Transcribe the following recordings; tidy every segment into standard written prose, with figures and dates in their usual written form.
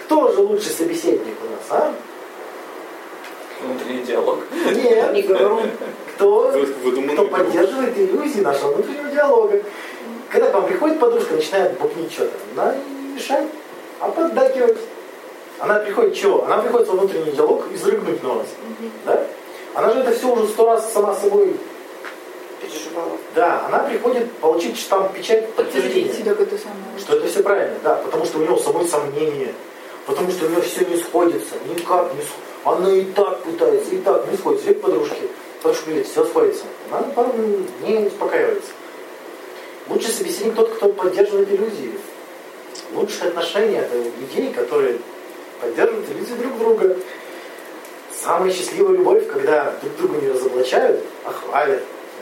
Кто же лучший собеседник у нас, а? Внутренний диалог. Нет. Не говорю. Кто поддерживает иллюзии нашего внутреннего диалога. Когда к вам приходит подружка, начинает бубнить что-то, она не мешает, а поддакивать. Она приходит чего? Она приходит во внутренний диалог изрыгнуть на вас. Да? Она же это все уже 100 раз сама собой переживала. Да, она приходит получить штамп, печать, подтверждение, что это все правильно, да, потому что у него самой сомнения, потому что у него все не сходится, никак не сходится. Она и так пытается, и так не сходится. Век подружки, подружка говорит, все сходится. Она пару не успокаивается. Лучший собеседник тот, кто поддерживает иллюзии. Лучшие отношения это людей, которые поддерживают иллюзии друг друга. Самая счастливая любовь, когда друг друга не разоблачают, а хвалят.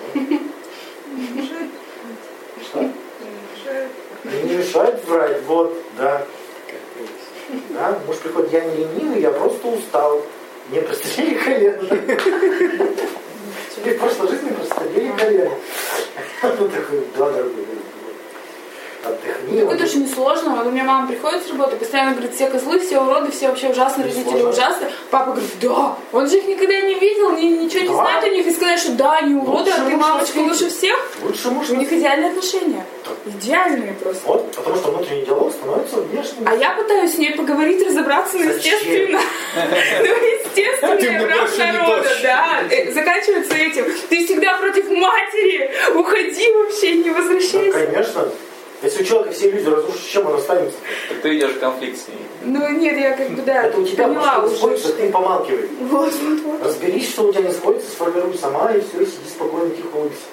Что? Не мешает врать, вот, да. Да, муж приходит, я не ленивый, я просто устал. Мне прострелили колено. Тебе в прошлой жизни прострелили колено. Он такой, да, дорогой, отдохни. Так это же несложно. Вот у меня мама приходит с работы, постоянно говорит, все козлы, все уроды, все вообще ужасные, родители ужасные. Папа говорит, да, он же их никогда не видел, ничего не знает о них, и сказать, что да, они уроды, а ты, мамочка, лучше всех. Лучше муж. У них идеальные отношения. Идеальные просто. Вот, потому что внутренний диалог становится внешним. А я пытаюсь с ней поговорить, разобраться, ну, естественно. Ну, естественно, прав народа, да. Заканчивается этим. Ты всегда против матери. Уходи вообще, не возвращайся. Конечно. Если у человека все иллюзии разрушат, с чем он останется? Так ты идешь в конфликт с ней. Ну нет, я как бы, да, это у тебя поняла уже. Сходится, ты помалкивай. Вот. Разберись, что у тебя не сходится, сформируй сама, и все, сиди спокойно, тихо, улыбайся.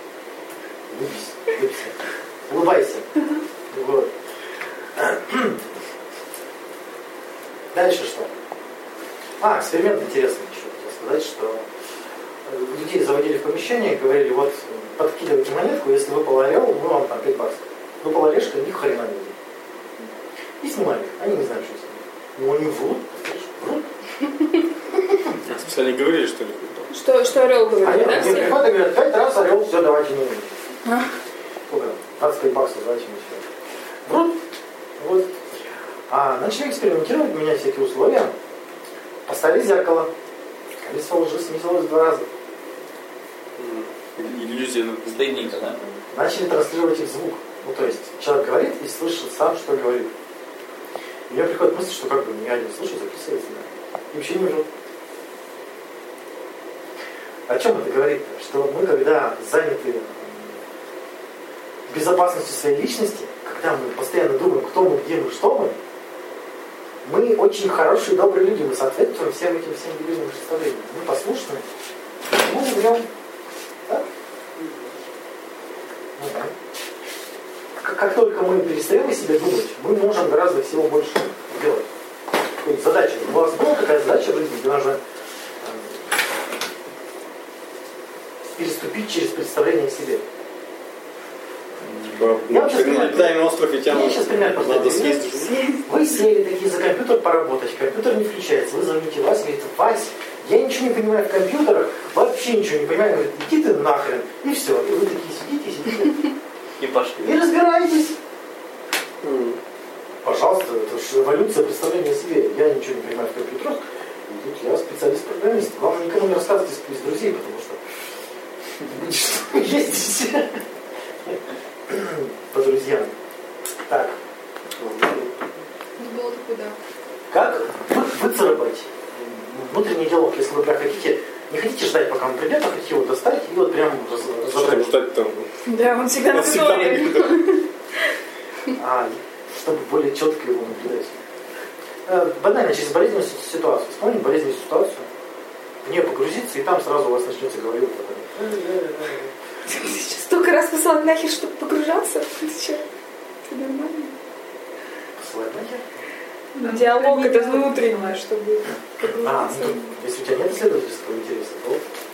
Улыбайся. Вот. Дальше что? Эксперимент интересный еще хотел сказать, что людей заводили в помещение и говорили, вот подкидывайте монетку, если выпал орел, мы вам там 5 баксов. Выпал орешка, ни хрена не видит. И снимали. Они не знают, что с ними. Ну они врут. Специально говорили, что ли? Что орел говорит, да? Они приходят и говорят, 5 раз орел, все, давайте не видим. 25 баксов, давайте не все. Врут. Вот. Начали экспериментировать, менять всякие условия. Поставили зеркало. Колесо лжи снизилось в 2 раза. Иллюзия. Стыдненько, да? Начали транслировать их звук. Ну, то есть, человек говорит и слышит сам, что говорит. И мне приходит мысль, что как бы я не слышу, записывается. И вообще не врет. О чем это говорит? Что мы, когда заняты безопасностью своей личности, когда мы постоянно думаем, кто мы, где мы, что мы очень хорошие, добрые люди, мы соответствуем всем этим иллюзиям представлениям. Мы послушны, мы не врем. Да? Как только мы перестаем о себе думать, мы можем гораздо всего больше делать. Задача. У вас была такая задача в жизни, где нужно переступить через представление о себе. Я сейчас пример поставлю. Вы сели такие за компьютер поработать, компьютер не включается, вы звоните Васе, говорите, Вась, я ничего не понимаю в компьютерах, вообще ничего не понимаю, говорит, иди ты нахрен, и все. И вы такие сидите. И пошли. И разбирайтесь. Пожалуйста, это же эволюция представления о себе. Я ничего не понимаю в компьютерах, и тут я специалист-программист. Главное, никому не рассказывайте из друзей, потому что ездите по друзьям. Так. Было такое, да. Как выцарапать внутренний диалог, если вы прям хотите, не хотите ждать, пока он придет, а хотите его достать и вот прям разобрать. Ждать там. Да, он всегда на готове. Чтобы более четко его наблюдать. Банально, через болезненную ситуацию. Вспомнить болезненную ситуацию, в нее погрузиться, и там сразу у вас начнется говорить. Столько раз послал нахер, чтобы погружаться? Ты что? Ты нормально? Посылать нахер? Диалог это внутреннее, чтобы погружаться. Если у тебя нет исследовательского интереса, то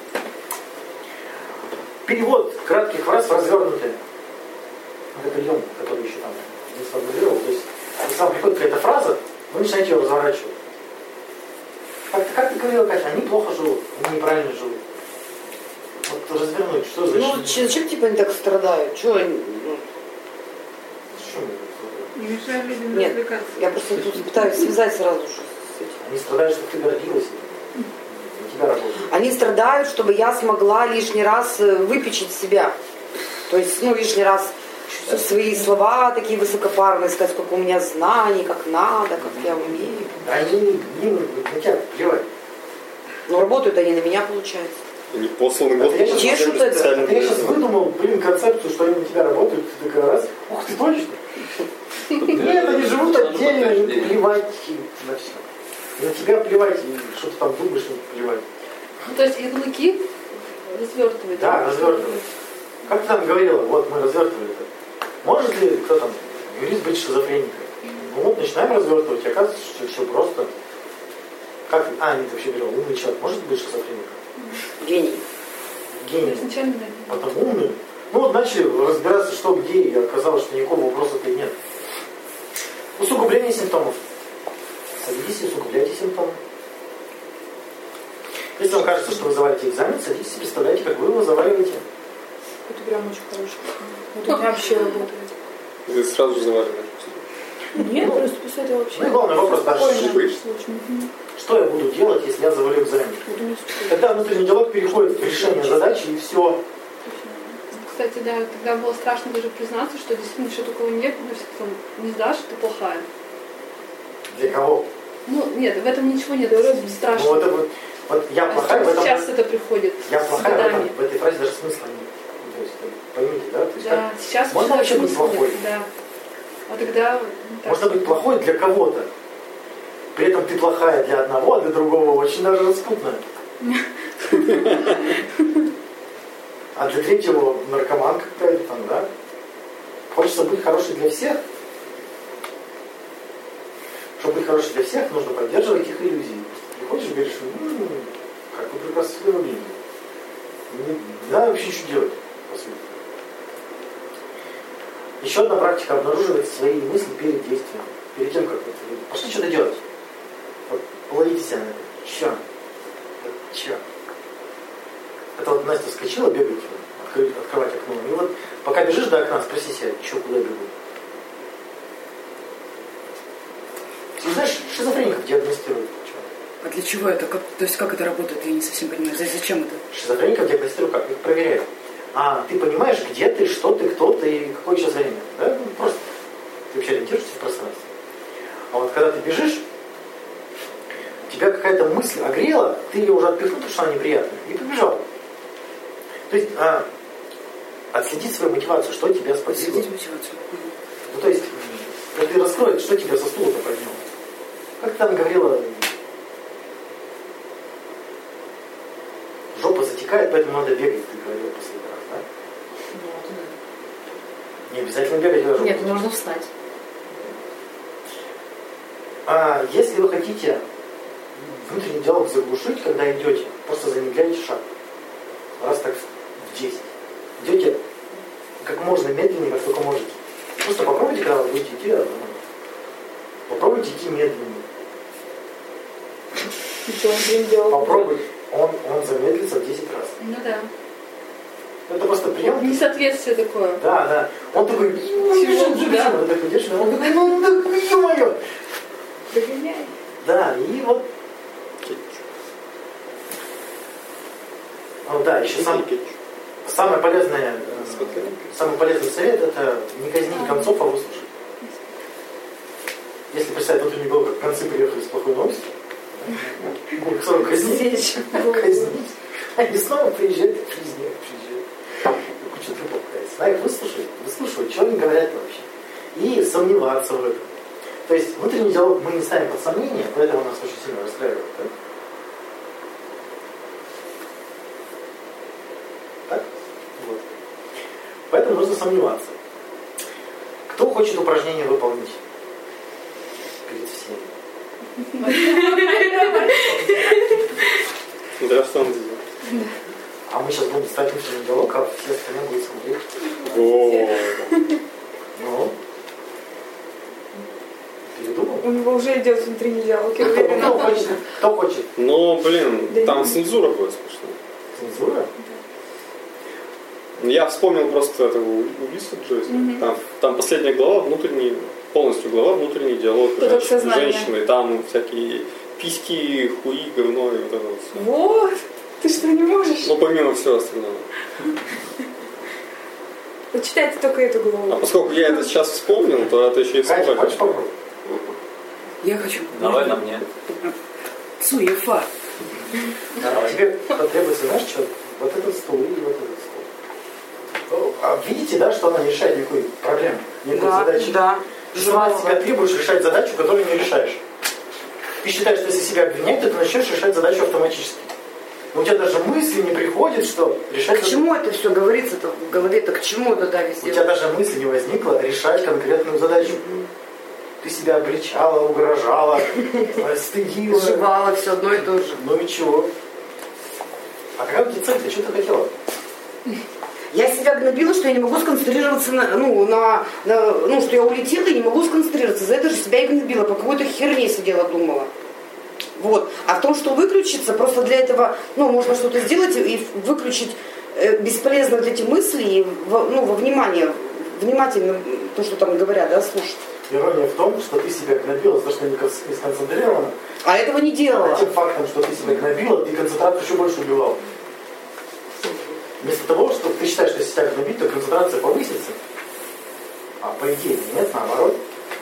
перевод кратких фраз в развернутые. Это прием, который еще там не сформулировал. То есть, если вам приходит какая-то фраза, вы начинаете ее разворачивать. Как ты говорила, Катя, они плохо живут, они неправильно живут. Вот развернуть, что значит? Зачем типа они так страдают? Чего они? Зачем они так страдают? Не мешай людям Нет, развлекаться. я просто тут пытаюсь связать сразу же с этим. Они страдают, что ты гордилась. На тебя работают. Они страдают, чтобы я смогла лишний раз выпечить себя. То есть, лишний раз свои слова такие высокопарные, сказать, сколько у меня знаний, как надо, как я умею. Они на тебя плевать. Но работают они на меня, получается. Они посланы Вот я чешут это. сейчас выдумал, концепцию, что они на тебя работают, ты такая раз, ух ты, точно? Нет, они живут отдельно, им плевать на все. На тебя плевать, и что ты там думаешь, им плевать. То есть ярлыки развертывать. Да, развертывать. Как ты там говорила, вот мы развертывали это. Может ли кто там, юрист, быть шизофреником? Ну вот, начинаем развертывать, и оказывается, что все просто. Как, нет, вообще говорил, умный человек может быть шизофреником? Гений. Гений. Изначально, да. Потом умный. Ну вот начали разбираться, что где, и оказалось, что никакого вопроса-то и нет. Усугубление симптомов. Садитесь и усугубляйте симптомы. Если вам кажется, что вы завалите экзамен, садитесь и представляйте, как вы его заваливаете. Это прям очень хорошо. Это у меня вообще работает. Ты сразу же завариваешь. Нет, просто после этого вообще. Ну и главный вопрос, спокойно. Что я буду делать, если я завалю экзамен? Тогда внутренний диалог переходит в решение задачи, и все. Кстати, да, тогда было страшно даже признаться, что действительно что такого нет, но если ты там не сдашь, ты плохая. Для кого? Ну, нет, в этом ничего нет, это страшно. Ну, это вот я плохая в этом... Сейчас это приходит. Я плохая в этой фразе даже смысла нет. То есть, поймите, да? То есть, да, сейчас можно вообще быть плохой? Да. А тогда... Можно быть плохой для кого-то. При этом ты плохая для одного, а для другого очень даже распутная. А для третьего наркоманка какая-то там, да? Хочется быть хорошей для всех. Чтобы быть хорошей для всех, нужно поддерживать их иллюзии. Приходишь и говоришь, как вы прекрасно себя выглядите. Не надо вообще ничего делать, по сути. Еще одна практика — обнаруживать свои мысли перед действием. Перед тем, как вы пошли что-то делать. Вот, половите себя на это. Че? Это вот Настя вскочила, бегать, открывать окно. И вот пока бежишь до окна, спроси себя, что, куда бегу. Ты знаешь, шизофреников диагностируют. А для чего это? То есть как это работает? Я не совсем понимаю. Зачем это? Шизофреников диагностируют как? Их проверяют. Ты понимаешь, где ты, что ты, кто ты и какое сейчас время. Да? Ну, просто ты вообще ориентируешься в пространстве. А вот когда ты бежишь, тебя какая-то мысль огрела, ты ее уже отпихнул, потому что она неприятная, и побежал. То есть отследить свою мотивацию, что тебя сподвигло. Отследить мотивацию. Ну, то есть, это раскроет, что тебя со стула-то подняло. Как ты там говорила, жопа затекает, поэтому надо бегать, ты говорила в последний раз, да? Не обязательно бегать даже. Нет, можно встать. Если вы хотите внутренний диалог заглушить, когда идете, просто замедляйте шаг. Раз так в 10. Идете как можно медленнее, как только можете. Просто попробуйте, когда вы будете идти, попробуйте идти медленнее. Ничего он делал. Попробуй. Он замедлится в 10 раз. Ну да. Это просто прием. Несоответствие такое. Да. Он такой, бежим. Да. Вы так идешь, он такой, ё-моё. Догоняй. Да, и вот. Да, еще самый полезный совет — это не казнить концов, а выслушать. Если представить внутренний голос, как концы приехали с плохой новостью, сразу казнить. Они снова приезжают. Куча трупов кается. Надо их выслушивать, что они говорят вообще. И сомневаться в этом. То есть внутренний диалог мы не ставим под сомнение, поэтому нас очень сильно расстраивает. Так? Вот. Поэтому нужно сомневаться. Кто хочет упражнение выполнить? Перед всеми. Здравствуйте. А мы сейчас будем ставить внутренний диалог, а все остальные будут смотреть. Ну? Передумал? У него уже идет внутренний диалог. Кто хочет? Ну, там цензура будет смешно. Цензура? Я вспомнил просто этого Улиса Джойса. Там последняя глава, внутренний полностью глава внутренний диалог Это с сознание. женщиной. Там всякие письки, хуи, говно и вот это вот все. Вот, ты что, не можешь? Ну, помимо всего остального. Вы читайте только эту главу. А поскольку я это сейчас вспомнил, то это еще и Катя, вспомнил. хочешь попробовать? Я хочу. Давай на мне. Суефа. Тебе потребуется, знаешь, что? Вот этот стул и вот этот стул. А видите, да, что она не решает никакой проблемы, никакой задачи? Да. Ты сама от себя требуешь решать задачу, которую не решаешь. Ты считаешь, что если себя обвинять, то ты начнешь решать задачу автоматически. Но у тебя даже мысли не приходит, что решать... К чему это все говорится-то в голове-то? К чему это, да, везде? У тебя даже мысли не возникло решать конкретную задачу. Ты себя обличала, угрожала, стыдила. Жевала все одно и то же. Ну и чего? А какая у тебя цель? Ты что ты хотела? Я себя гнобила, что я не могу сконцентрироваться что я улетела и не могу сконцентрироваться. За это же себя и гнобила, по какой-то херне сидела, думала. Вот. А в том, что выключиться, просто для этого, можно что-то сделать и выключить бесполезно вот эти мысли и во внимание, внимательно то, что там говорят, да, слушать. Ирония в том, что ты себя гнобила, за что не сконцентрирована. А этого не делала. А тем фактом, что ты себя гнобила, ты концентрацию еще больше убивала. Вместо того, что ты считаешь, что если себя гнобить, то концентрация повысится. А по идее нет, наоборот.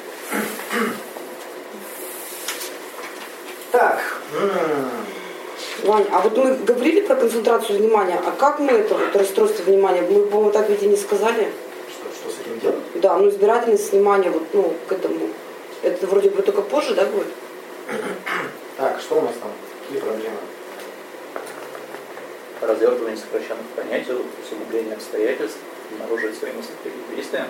Так. Вань, а вот мы говорили про концентрацию внимания, а как мы это вот расстройство внимания, мы, по-моему, так ведь и не сказали. Что с этим делать? Да, избирательность внимания к этому. Это вроде бы только позже, да, будет? Так, что у нас там? Какие проблемы? Развертывание сокращенных понятий, усугубление обстоятельств, обнаруживать свои мысли перед действием,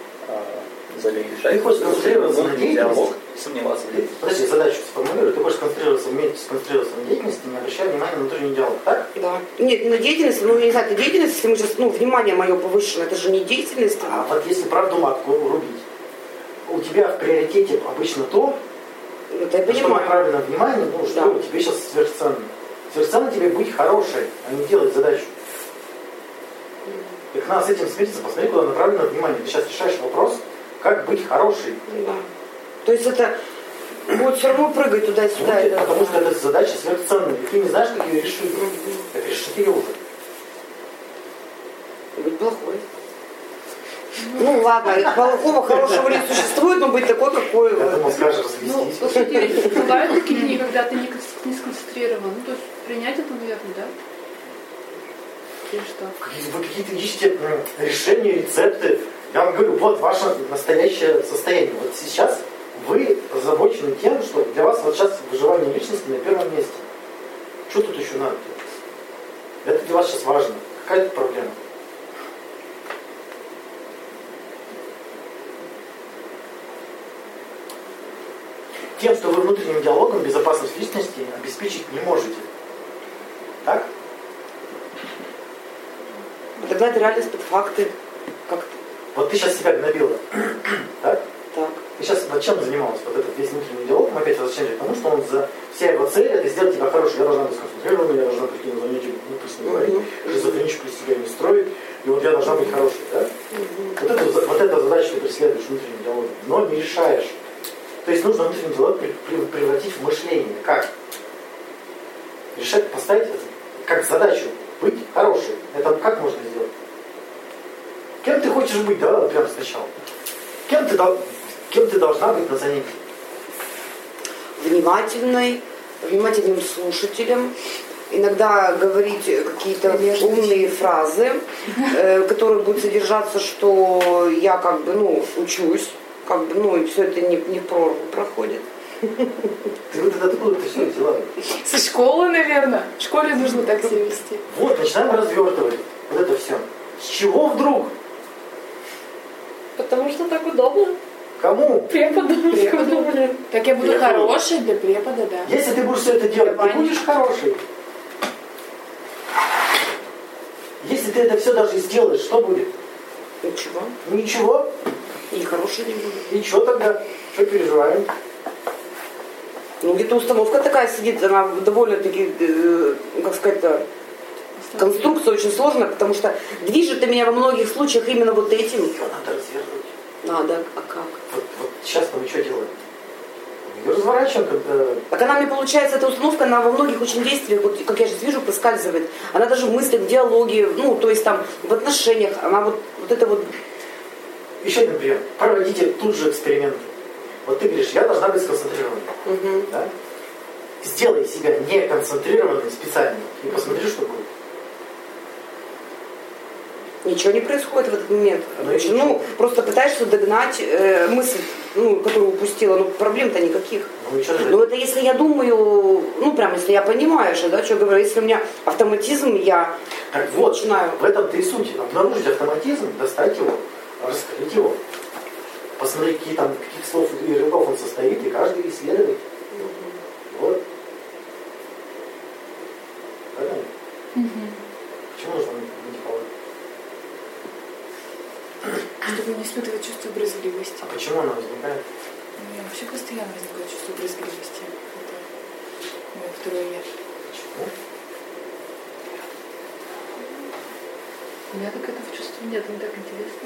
Ты хочешь сконцентрироваться на диалог, деятельности? сомневаться в деятельности. Подожди, задачу сформулирую. Ты хочешь сконцентрироваться на деятельности, не обращая внимания на внутренний диалог, так? Да. Нет, на деятельность, я не знаю, это деятельность, если мы сейчас, внимание мое повышено, это же не деятельность. А вот если правду матку рубить, у тебя в приоритете обычно то, Это я что понимаю. направлено внимание, что Да. тебе сейчас сверхценно. Сверхценно тебе быть хорошей, а не делать задачу. И к нам с этим смириться, посмотри, куда направлено внимание. Ты сейчас решаешь вопрос, как быть хорошей. Да. То есть это будет все равно прыгать туда и сюда. Потому что эта задача сверхценная, и ты не знаешь, как ее решить. Так реши ты ее уже. Быть плохой. Ладно, плохого, хорошего не существует, но быть такой, какой. Я думал, скажешь, Ну, развестись. слушайте, бывают такие дни, когда ты не сконцентрирован. То есть принять это, наверное, да? Или что? Вы какие-то ищете решения, рецепты. Я вам говорю, вот ваше настоящее состояние. Вот сейчас вы озабочены тем, что для вас вот сейчас выживание личности на первом месте. Что тут еще надо делать? Это для вас сейчас важно. Какая тут проблема? Тем, что вы внутренним диалогом безопасность личности обеспечить не можете. Так? Тогда это реальность под факты. Как-то. Вот ты сейчас себя гнобила. Так? Так. Ты сейчас над чем занималась? Вот этот весь внутренний диалог, мы опять возвращаемся к тому, что вся его цель это сделать тебя хорошей. Я должна быть сконцентрирована, я должна такие занятия глупости не говорить, шизофреничку из себя не строить, и вот я должна быть хорошей. Да? Вот эта задача ты преследуешь внутренним диалогом, но не решаешь. То есть нужно внутренний диалог превратить в мышление. Как? Решать, поставить это как задачу. Быть хорошей. Это как можно сделать? Кем ты хочешь быть, да, прямо сначала? Кем ты должна быть на занятии? Внимательным слушателем. Иногда говорить какие-то умные фразы, которые будут содержаться, что я учусь, и все это не в прорву проходит. Ты вот это откуда ты все взяла? Со школы, наверное. В школе нужно так себя вести. Вот, начинаем развертывать вот это все. С чего вдруг? Потому что так удобно. Кому? Преподу. Так я буду хорошей для препода, да. Если ты будешь все это делать, ты будешь хороший. Если ты это все даже сделаешь, что будет? Ничего. Ничего. И хороший не будет. И что тогда? Что переживаем? Где-то установка такая сидит, она довольно-таки, конструкция очень сложная, потому что движет меня во многих случаях именно вот этим. Ее надо развертывать. Надо, а как? Вот Сейчас-то мы что делаем? Ее разворачиваем, когда... Так она, мне получается, эта установка, она во многих очень действиях, вот, как я сейчас вижу, проскальзывает. Она даже в мыслях, в диалоге, ну, то есть там в отношениях, она вот это вот... Еще один пример. Проводите тут же эксперименты. Вот ты говоришь, я должна быть сконцентрированной. Да? Сделай себя неконцентрированной специально и посмотри, что будет. Ничего не происходит в этот момент. Ну, просто пытаешься догнать мысль, ну, которую упустила. Ну, проблем-то никаких. Ну, это если я думаю, ну, прям, если я понимаю, да, что я говорю, если у меня автоматизм, я так вот, начинаю... в этом-то и суть. Обнаружить автоматизм, достать его, раскрыть его, посмотреть, каких слов и рядов он состоит, и каждый исследовать. Вот. Правильно? Почему нужно медитировать? Чтобы не испытывать чувство брезгливости. А почему она возникает? У меня вообще постоянно возникает чувство брезгливости. Это мое второе я. Почему? У меня так этого чувства нет, мне так интересно.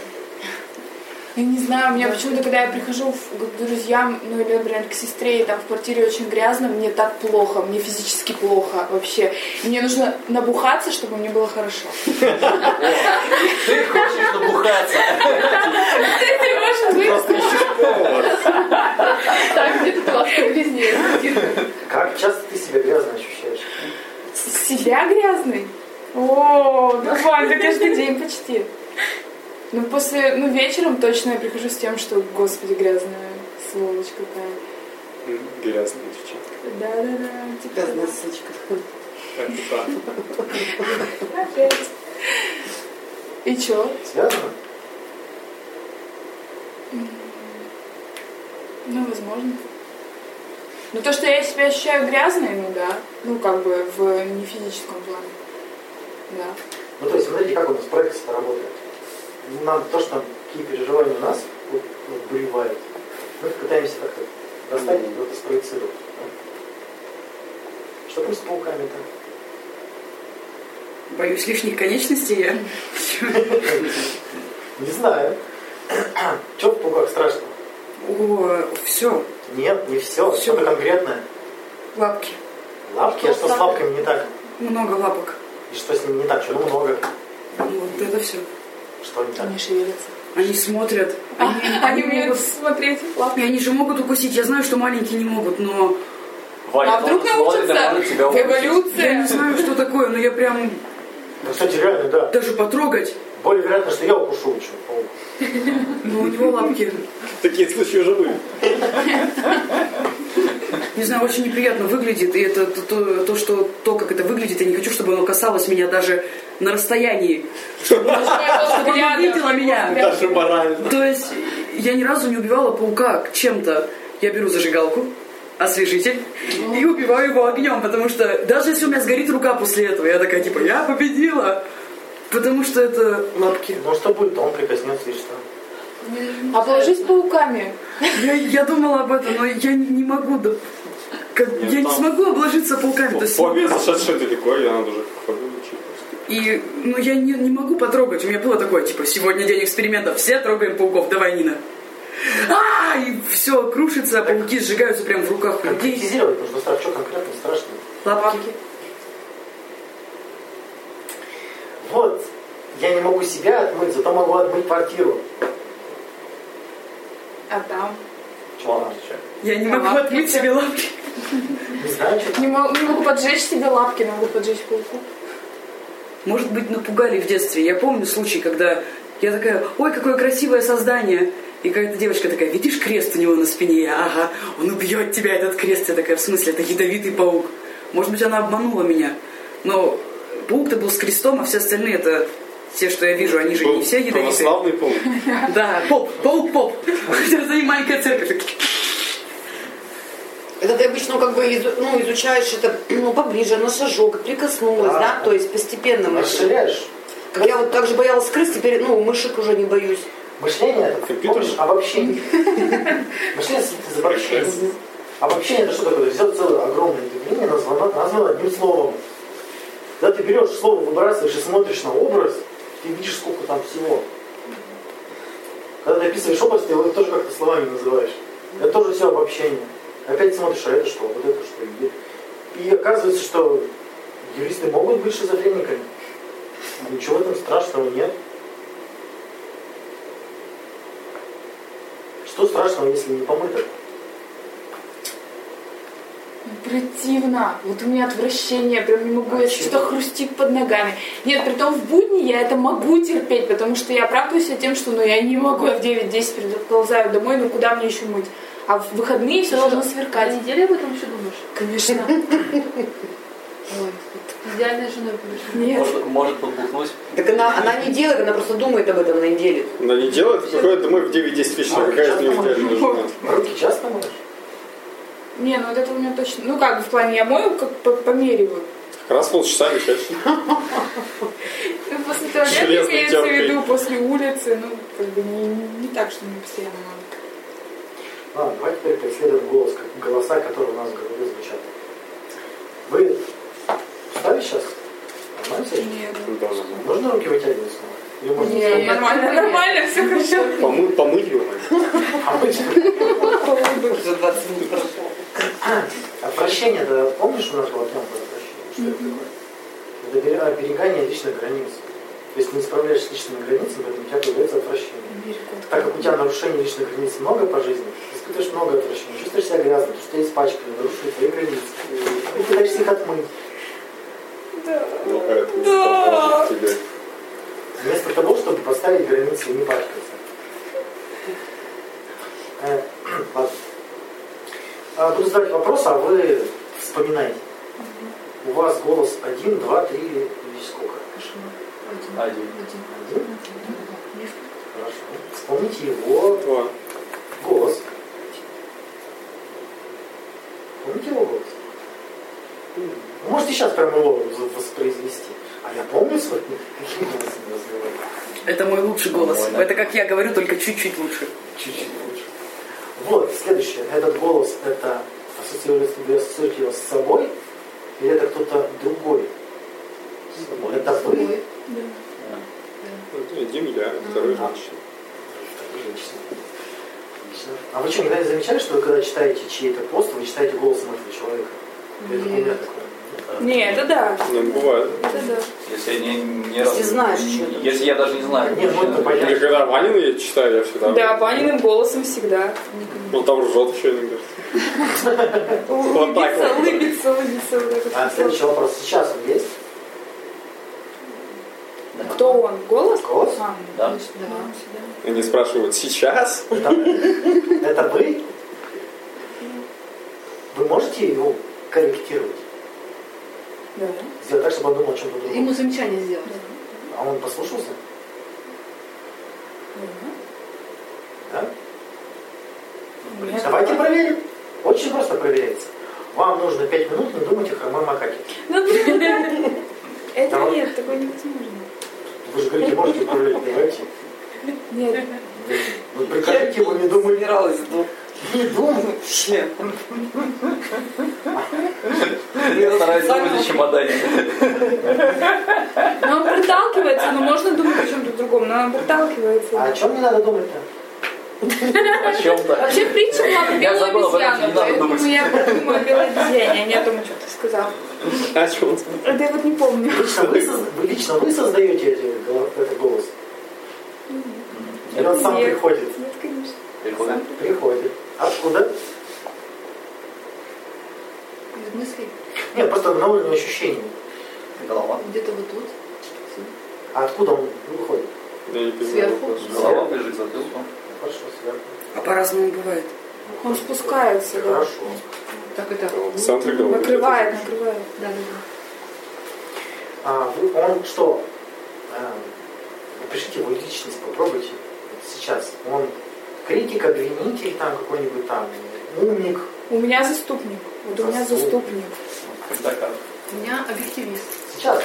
Я не знаю, у меня почему-то, когда я прихожу к друзьям, ну или, например, к сестре, и там в квартире очень грязно, мне так плохо, мне физически плохо вообще. Мне нужно набухаться, чтобы мне было хорошо. Ты хочешь набухаться? Ты можешь выпустить. Так, где тут у вас везде? Как часто ты себя грязно ощущаешь? Себя грязный? О, ну Вань, да каждый день почти. Ну, вечером точно я прихожу с тем, что, господи, грязная сволочь какая. Грязная девчонка. Да. Типа, Грязная сучка. опять. И чё? Связано? Ну, возможно. Ну, то, что я себя ощущаю грязной, ну да. Ну, как бы в не физическом плане. Да. Ну, то есть, смотрите, как у нас проект работает. Нам то, что какие переживания у нас буревают, мы пытаемся как-то достать и вот спроецировать. Да? Что там с пауками-то? Боюсь лишних конечностей я. Не знаю. Что в пауках страшного? О, все. Нет, не все. Что-то конкретное. Лапки. Лапки? А что с лапками не так? Много лапок. И что с ними не так? Чего много? Вот это все. Что не так? Они шевелятся. Они смотрят. Они умеют смотреть лапки. И они же могут укусить. Я знаю, что маленькие не могут, но... Ваня, А вдруг научатся? Эволюция. Я не знаю, что такое, но я прям... Ну, кстати, реально, да. Даже потрогать. Более вероятно, что я укушу, чем паук. Но у него лапки. Такие случаи уже были. Не знаю, очень неприятно выглядит. И это то, как это выглядит, я не хочу, чтобы оно касалось меня даже на расстоянии. Чтобы оно видело меня. Даже морально. То есть я ни разу не убивала паука чем-то. Я беру зажигалку, освежитель и убиваю его огнем, потому что даже если у меня сгорит рука после этого, я такая типа, я победила, потому что это лапки. Ну что будет, он прикоснется и что? А положись пауками. Я думала об этом, но я не могу, я не смогу обложиться пауками. Фобия зашедшая далеко, я надо уже фобию учить. И, я не могу потрогать. У меня было такое, типа, сегодня день экспериментов, все трогаем пауков, давай, Нина. И все крушится, пауки сжигаются прямо в руках у людей. Конкретизировать нужно, что конкретно страшно. Лапки. Вот, я не могу себя отмыть, зато могу отмыть квартиру. А там? Чего? Я не могу отмыть себе лапки. Не знаю, что. Не могу поджечь себе лапки, но могу поджечь пауку. Может быть, напугали в детстве. Я помню случай, когда я такая, ой, какое красивое создание. И какая-то девочка такая, видишь крест у него на спине? Я, ага, он убьет тебя, этот крест. Я такая, в смысле, это ядовитый паук. Может быть, она обманула меня. Но паук-то был с крестом, а все остальные это... Те, что я вижу, они же не все ядовитые. Православный паук. Да, паук. Хотя за ним маленькая церковь. Это ты обычно как бы изучаешь это поближе, на шажок, прикоснулась, да? То есть постепенно расширяешь. Как я вот так же боялась крыс, теперь мышек уже не боюсь. Мышление это, помнишь, обобщение. Мышление из обобщения. Обобщение это что такое? Взял целое огромное явление, названо одним словом. Когда ты берешь слово, выбрасываешь и смотришь на образ, ты видишь, сколько там всего. Когда ты описываешь область, ты его тоже как-то словами называешь. Это тоже все обобщение. Опять смотришь, а это что, вот это что. И оказывается, что юристы могут быть шизофрениками. Ничего в этом страшного нет. Что страшного, если не помыто? Противно. Вот у меня отвращение, прям не могу, если что-то хрустит под ногами. Нет, притом в будни я это могу терпеть, потому что я оправдываюсь тем, что я не могу, я в 9-10 приползаю домой, куда мне еще мыть? А в выходные все должно сверкать. На неделе об этом еще думаешь? Конечно. Ой, идеальной женой будешь. Нет. Может подбухнуть. Так она не делает, она просто думает об этом на неделе. Она не делает, приходит домой в 9-10 вечера. Какая из нее идеальная жена? Руки часто моешь? Не, вот это у меня точно... В плане я мою, как помериваю. Раз в полчаса вещаешь. После туалета Железной имеется в тёркой. виду, после улицы, не так, что не постоянно надо. Ладно, давайте теперь поисследуем голоса, которые у нас в голове звучат. Вы устали сейчас? Нормально себе? Нет. Да, Можно руки вытягивать снова? Или можно Нет, нормально, все хорошо. Помыть его. Уже 20 минут прошло. Отвращение, да, помнишь, у нас была тема про отвращение? Что это такое? Это оберегание личных границ. То есть не справляешься с личными границами, поэтому у тебя появляется отвращение. Так как у тебя нарушений личных границ много по жизни, ты испытываешь много отвращения, чувствуешь себя грязным, потому что тебя испачкали, нарушили твои границы. И ты пытаешься их отмыть. Ну, это не поможет тебе. Вместо того, чтобы поставить границы и не пачкаться. Ладно. Буду задавать вопрос, а вы вспоминайте. У вас голос 1, 2, 3 или сколько? Один. Хорошо. Вспомните его Два. голос. Помните его голос? Вы можете сейчас прямо его воспроизвести. А я помню свой, каким голосом я разговариваю. Это мой лучший голос. Нормально. Это как я говорю, только чуть-чуть лучше. Чуть-чуть лучше. Вот, следующее. Этот голос, это ассоциируете его с собой, или это кто-то другой? Это вы? Один я, второй женщина. Отлично. Отлично. А вы что, никогда не замечали, что вы когда читаете чей-то пост, вы читаете голосом этого человека? Это у меня такое. Нет, это да. Ну, бывает. Это да. Если я не Если знаешь, что Если я даже не знаю. Нет, ну это понятно. Или когда Ванина я читаю, я всегда... Да, Ваниным голосом всегда. Он там ржет еще иногда. Вот так вот. Улыбится. Вот так вот. А следующий вопрос. Сейчас он есть? Кто он? Голос? Голос? Да. Они спрашивают, сейчас? Это вы? Вы можете его корректировать? Да. Сделать так, чтобы он думал о чем-то другом? Ему замечание сделать. А он послушался? Да? Нет. Давайте проверим. Очень просто проверяется. Вам нужно 5 минут не думать о хромой макаке. Это нет, такое невозможно. Вы же говорите, можете проверить, давайте. Нет. Вы прикажите его не думать. собиралась, Не думай. вообще. Я стараюсь думать о чемодане. Но он проталкивается, но можно думать о чем-то другом, но он проталкивается. А о чем не надо думать-то? О чем-то. Вообще притча была про Я белую забыл об этом, обезьяну, не надо думать. поэтому я подумала о белой обезьяне, а не о том, что ты сказал. А что он? Это я вот не помню. Лично вы создаете этот голос? Или он сам Нет. приходит? Нет, конечно. Приходит. Приходит. Откуда? Из мыслей. Нет, просто на уровне ощущений. Голова. Где-то вот тут. А откуда он выходит? Я не понимаю. Сверху. вопрос. Голова ближе к затылку. Хорошо, сверху. А по-разному бывает. Он спускается, да. Хорошо. Так это. В центре головы. Накрывает. Да. Он что? Напишите его личность, попробуйте. Вот сейчас. Он критик, обвинитель, там какой-нибудь там умник. У меня заступник. Вот у меня заступник. Закат. У меня объективист. Сейчас.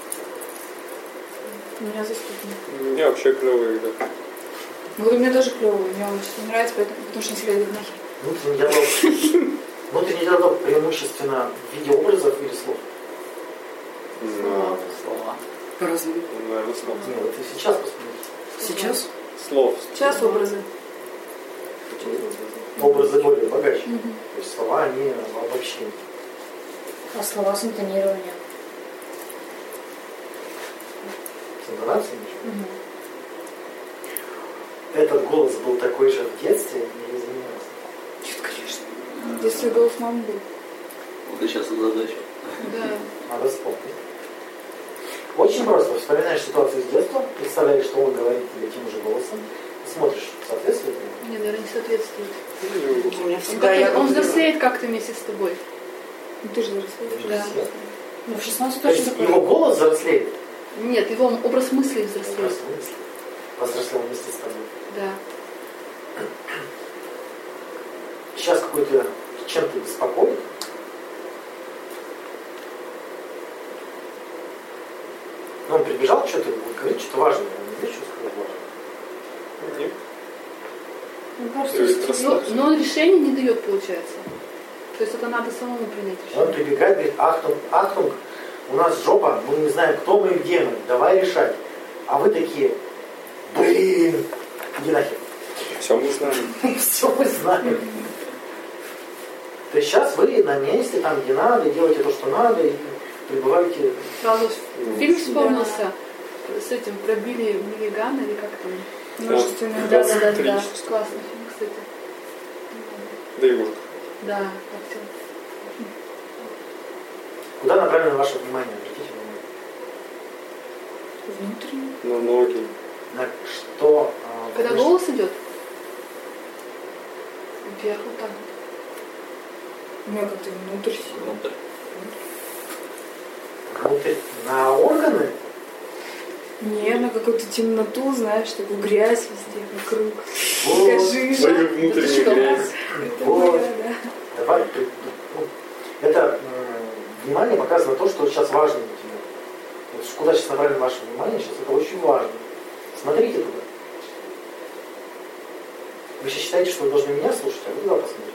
У меня заступник. У меня вообще клевые, да. Вот у меня тоже клевый. Мне он очень не нравится, потому что он всегда идет нахер. Внутренний диалог. Внутренний диалог преимущественно в виде образов или слов. Ну, Слова. По-разному. наверное, слов. Нет, вот и сейчас посмотрите. Сейчас? слов. Сейчас образы. Образы более богаче. То есть слова, они обобщены. А слова с интонированием. С интонацией ничего. Этот голос был такой же в детстве или изменился? Нет, конечно. В детстве голос мамы был. Вот и сейчас задача. Да. Надо вспомнить. Очень просто. Вспоминаешь ситуацию с детства, представляешь, что он говорит тебе тем же голосом, и смотришь, соответствует ли. Нет, наверное, не соответствует. У меня всегда Он взрослеет как-то вместе с тобой. Ну ты же взрослеешь. Да. Ну, в 16 То есть точно такое. его голос взрослеет. Нет, его образ мысли взрослеет. Образ мысли. Возрослел вместе с тобой. Да. Сейчас какой-то чем-то беспокоит. Ну, он прибежал, что-то говорит, что-то важное. Он не видишь, что сказать важное? Нет. Ну, просто Но он решение не дает, получается. То есть это надо самому принять решение. Он прибегает, говорит, Ахтунг, Ахтунг, у нас жопа, мы не знаем, кто мы и где мы, давай решать. А вы такие, блин, иди нахер. Все мы знаем. Все мы знаем. То есть сейчас вы на месте, там, где надо, делаете то, что надо, и пребываете... Сразу фильм вспомнился с этим про Билли Миллигана, или как там? множественное. Да. Классный фильм, кстати. Да и вот. Да, актер. Куда направлено ваше внимание? Обратите внимание. Внутренне. На ноги. На что... Когда вы- голос идет? Вверх вот так вот. У меня как-то внутрь сильно. Внутрь. Внутрь. На органы? Не, на какую-то темноту, знаешь, такую грязь везде вокруг. Вот. Такая жижа. Свою внутреннюю грязь. Это Вот. моя, да. Давай, ну, это внимание показано то, что сейчас важно для тебя. Вот куда сейчас направлено ваше внимание, сейчас это очень важно. Смотрите туда. Вы сейчас считаете, что вы должны меня слушать, а вы туда посмотрите.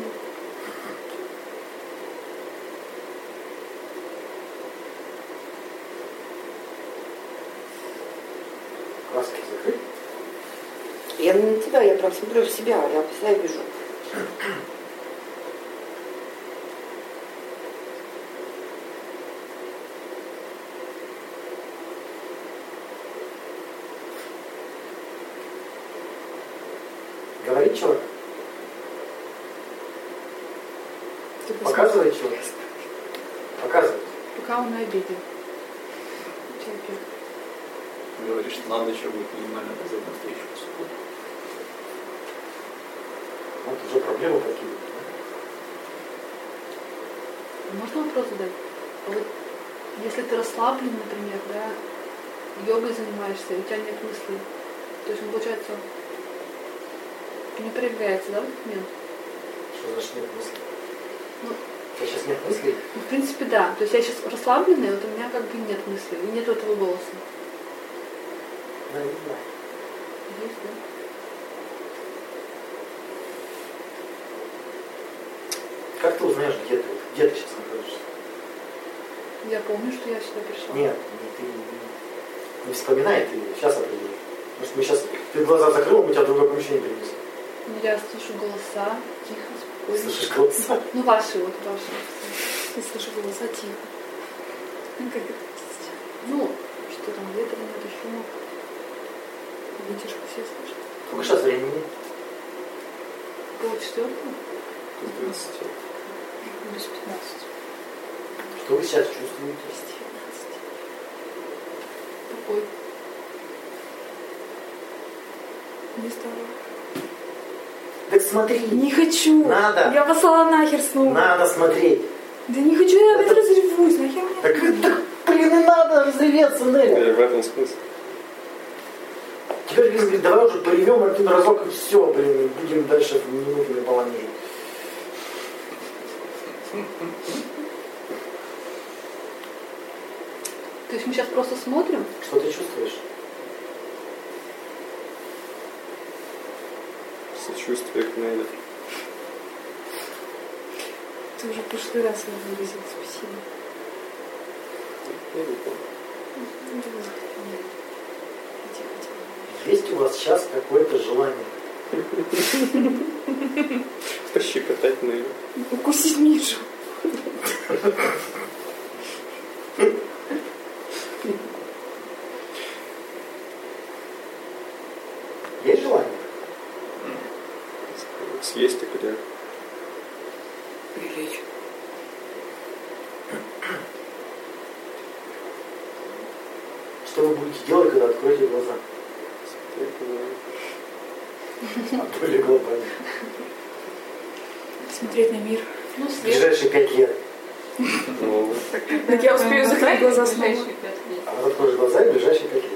Глазки закрыть. Я не на тебя, я прям смотрю в себя, я себя вижу. Говорит человек. Ты Показывает человек. Показывает. Пока он на обеде. Терапевт. Говорит, что надо еще будет минимально опоздать на встречу в субботу. Вот уже проблемы какие-то. Можно вопрос задать? А вот если ты расслаблен, например, да, йогой занимаешься, и у тебя нет мыслей, то есть, получается, не напрягается, да, в этот момент? Что значит нет мыслей? Ну, У тебя сейчас нет мыслей? Ну, в принципе, да. То есть я сейчас расслабленная, вот у меня как бы нет мыслей, и нет этого голоса. Да, не знаю. Есть, да? Как ты узнаешь, где ты сейчас находишься? Я помню, что я сюда пришла. Нет, ты не вспоминай, ты сейчас определишь. Потому что мы сейчас, ты глаза закрыл, мы тебя в другое помещение перенесли. Ну, я слышу голоса, тихо, спокойно. Слышишь голоса? Ну, ваши, вот ваши. Я слышу голоса тихо. Ну, как это? Ну, что там, ветра нет, шума. Вытяжку все слышат. Сколько сейчас времени? 3:30. С 20. Без 15. Что вы сейчас чувствуете? Покой. Не стало. Так смотри. Не хочу. Надо. Я послала нахер снова. Надо смотреть. Да не хочу, я опять разревусь. Нахер мне. Так, блин, не надо разреветься, Нелли. В этом смысле. Теперь Лиза говорит, давай уже поревем один разок и все, блин, будем дальше минутами балами жить. То есть мы сейчас просто смотрим? Что ты чувствуешь? Сочувствие к Нелли. Ты уже в прошлый раз его выразил. Спасибо. Я не помню. Ну, давай. Иди, иди. есть у вас сейчас какое-то желание? Пощекотать Нелю. Укусить Мишу. Есть желание? Съесть икря. Прилечь. Что вы будете делать, когда откроете глаза? А более глобально. Смотреть на мир. Ну, В ближайшие 5 лет. Ну, Так я успею закрыть глаза снова. А вот откроешь глаза и в ближайшие 5 лет.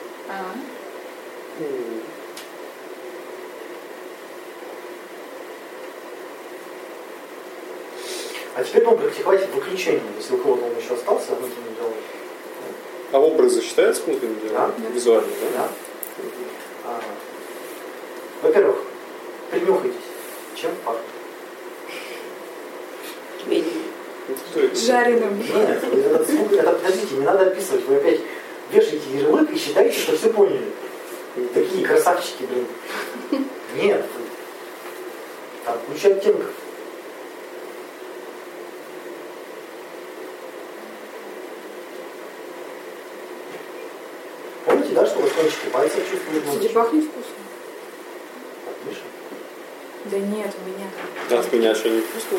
А теперь будем практиковать выключение. Если у кого-то он еще остался, внутренний диалог. а образы считаются внутренним диалогом? Да. Визуально, да? Да? Во-первых, принюхайтесь. Чем пахнет? Жареным. Нет, этот звук, это, подождите, не надо описывать. Вы опять вешаете ярлык и считаете, что все поняли. Такие красавчики, блин. Нет. Там куча оттенков. Помните, да, что вот кончики пальцев чувствуют? Кстати, пахнет вкусно. Так, Миша? Да нет, у меня. А с меня что, не вкусно?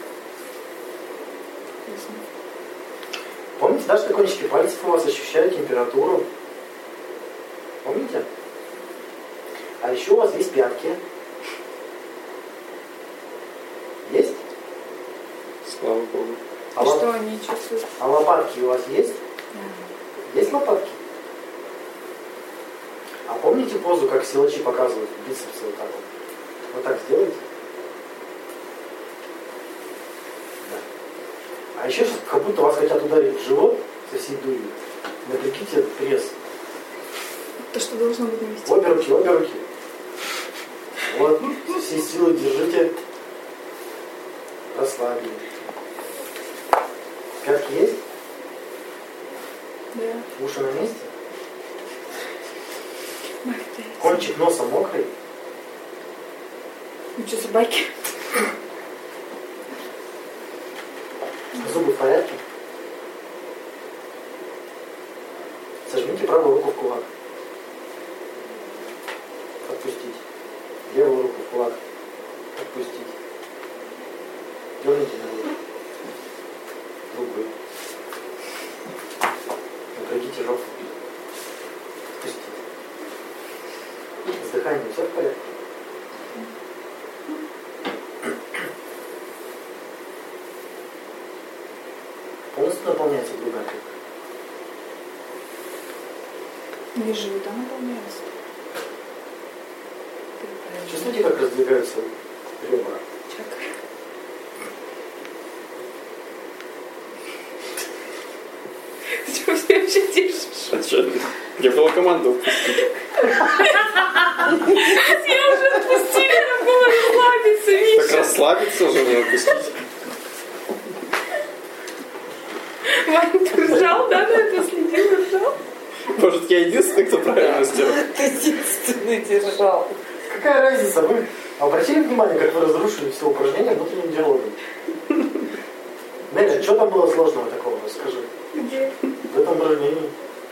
Вкусно. Помните, да, что кончики пальцев у вас ощущают температуру? Помните? А еще у вас есть пятки. Есть? Слава Богу. А, И что они чувствуют? а лопатки у вас есть? Да. Есть лопатки? А помните позу, как силачи показывают бицепсы вот так вот? Вот так сделайте. Да. А еще сейчас как будто вас хотят ударить в живот со всей дурью. Напрягите пресс. То, что должно быть на месте. Обе руки, обе руки. Вот, все силы держите. Расслабили. Пятки есть? Да. Уши на месте? Ах ты. Кончик носа мокрый? Ну что, собаки? Зубы в порядке? Сожмите правую руку в кулак. Отпустить. Левую руку в кулак. Отпустить. Дерните на руку. Другую. Напрягите жопу. Отпустить. С дыханием все в порядке? Полностью наполняется другая клетка. Не живут, она наполняется. Чувствуете, как раздвигаются ребра? Чакра. Ты что, все вообще держишь? А что? Я была команда упустить. Я уже отпустила, надо было расслабиться, Так Миша. расслабиться уже не отпустить. Ваня, ты ржал, да, на это следил, ржал? Может, я единственный, кто правильно сделал? Ты единственный держал. Какая разница? Вы обратили внимание, как вы разрушили все упражнения внутренним диалогом? Неля, что там было сложного такого? Расскажи. Где? В этом упражнении.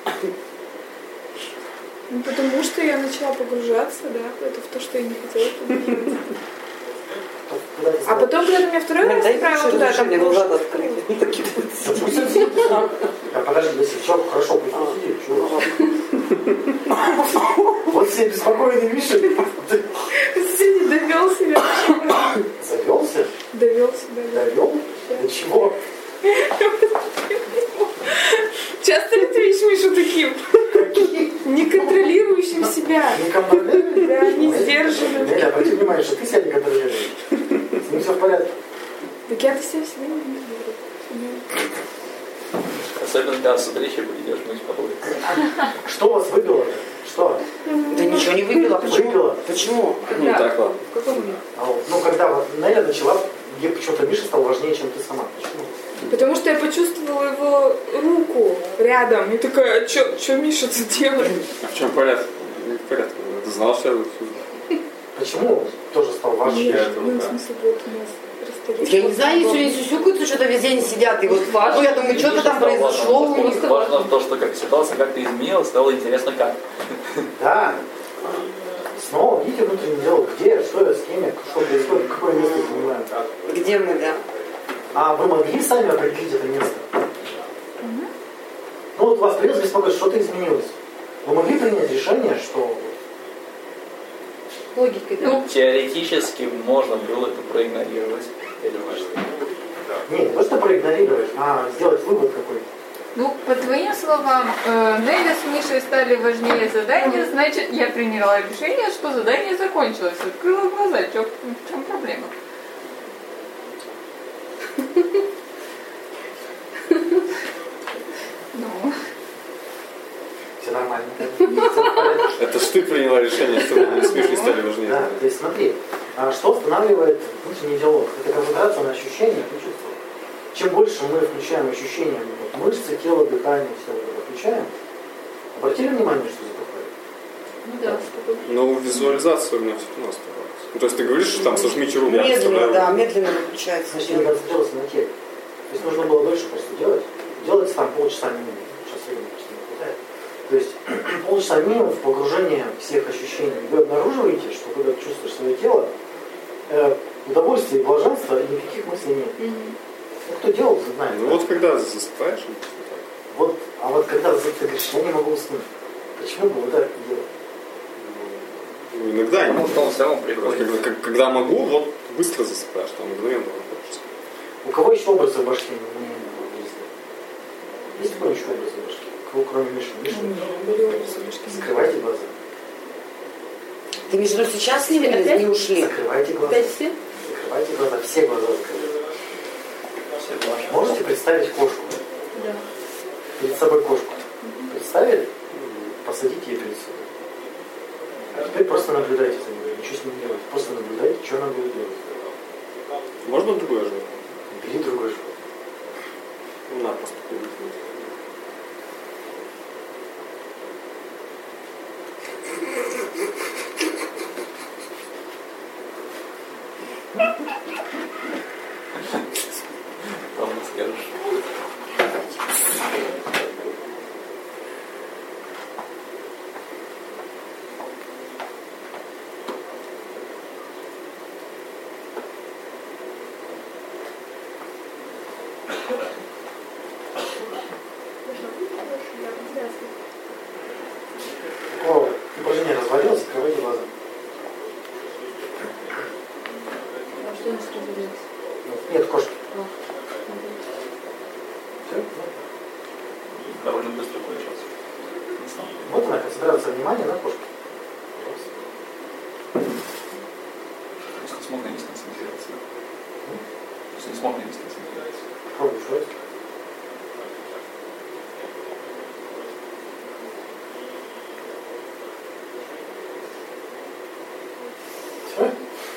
Ну, потому что я начала погружаться, да, это в то, что я не хотела туда делать. Куда ты А стала? потом, когда ты меня второй раз отправила туда, там мне было глаза что-то открыты. такое. Ну, такие вот Да пусть он сидит. Да подожди, если человек хорошо, пусть он сидит. Чего? Вот все беспокойные Миша. Сидит, довел себя. Завелся? Довел себя, да. Довел? До чего? Часто ли ты видишь Мишу таким? Не контролирующим себя. Не контролируешь? Да, не сдержанным. Неля, обрати внимание, что ты себя не контролируешь. С ним все в порядке. Так я-то себя всегда не контролирую. Особенно когда с утречи идешь мыть полы. Что у вас выбило? Что? Да ничего не выбила. Почему? Выбило. Почему? Ну так, ладно. В каком момент? Ну, когда вот Неля начала, ей почему-то Миша стал важнее, чем ты сама. Почему? Потому что я почувствовала его руку рядом. И такая, а что Миша тут делает? А в чем порядок? не в порядке. Ты знал, что я Почему тоже стал важным? Я не знаю, они сегодня сюсюкаются, что-то весь день сидят. И вот, ну, я думаю, что-то там произошло у них. Важно то, что как ситуация как-то изменилась, стало интересно как. Да. Снова видите внутренний диалог. Где, что я, с кем я, что происходит, какое место занимаю. Где мы, да? А вы могли сами определить это место? Ну вот вас принес беспокойство, что-то изменилось. Вы могли принять решение, что... Логикой, да? Ну, теоретически можно было это проигнорировать. Я думаю, что... Не то, что проигнорировать, а сделать вывод какой-то. Ну, по твоим словам, Неля с Мишей стали важнее задания, значит, я приняла решение, что задание закончилось. Открыла глаза, в чем проблема? Ну... Все нормально. Это ж ты приняла решение, что мы с Мишей стали важнее. Да, то есть смотри, что устанавливает внутренний диалог? Это концентрация на ощущениях и чувствах. Чем больше мы включаем ощущения, мышцы, тело, дыхание, все вот это включаем, обратили внимание, что затухает? Ну да, Но визуализация у меня все равно оставалась. Ну, то есть ты говоришь, что там сожмите руки, я Медленно, представляю. да, медленно выключается. Значит, не концентрироваться на теле. То есть нужно было дольше просто делать. Делать там полчаса минимум. Сейчас времени просто не хватает. То есть полчаса минимум в погружение всех ощущений. Вы обнаруживаете, что когда ты чувствуешь свое тело, удовольствия и блаженства и никаких мыслей нет. Ну, кто делал, знает. Ну вот когда засыпаешь, вот, а вот когда ты говоришь, я не могу уснуть. Почему бы вот так не делать? ну, иногда не Потому что он все равно приходит. когда могу, вот быстро засыпаешь, там мгновенно выходишь. У кого еще образы в башке? Есть у кого еще образы в башке? Кого кроме Миши? Миша? Закрывайте глаза. Ты между сейчас с ними или не ушли? Закрывайте глаза. Закрывайте глаза. Все глаза закрывайте. Можете представить кошку? Да. Перед собой кошку. Представили? Посадите ее перед собой. А теперь просто наблюдайте за ней. Ничего с ней не делайте. Просто наблюдайте, что она будет делать. Можно другое животное? Бери другой живот. Ну, на, просто перейти. Там не скажешь. О, упражнение развалилось, закрывайте глаза. А что у нас развалилось? Нет, кошки. Все? Довольно быстро получилось. Вот она, концентрация внимания на кошке. Просто не смог на ней сконцентрироваться. Просто не смог на ней сконцентрироваться. Пробуй еще раз. Все?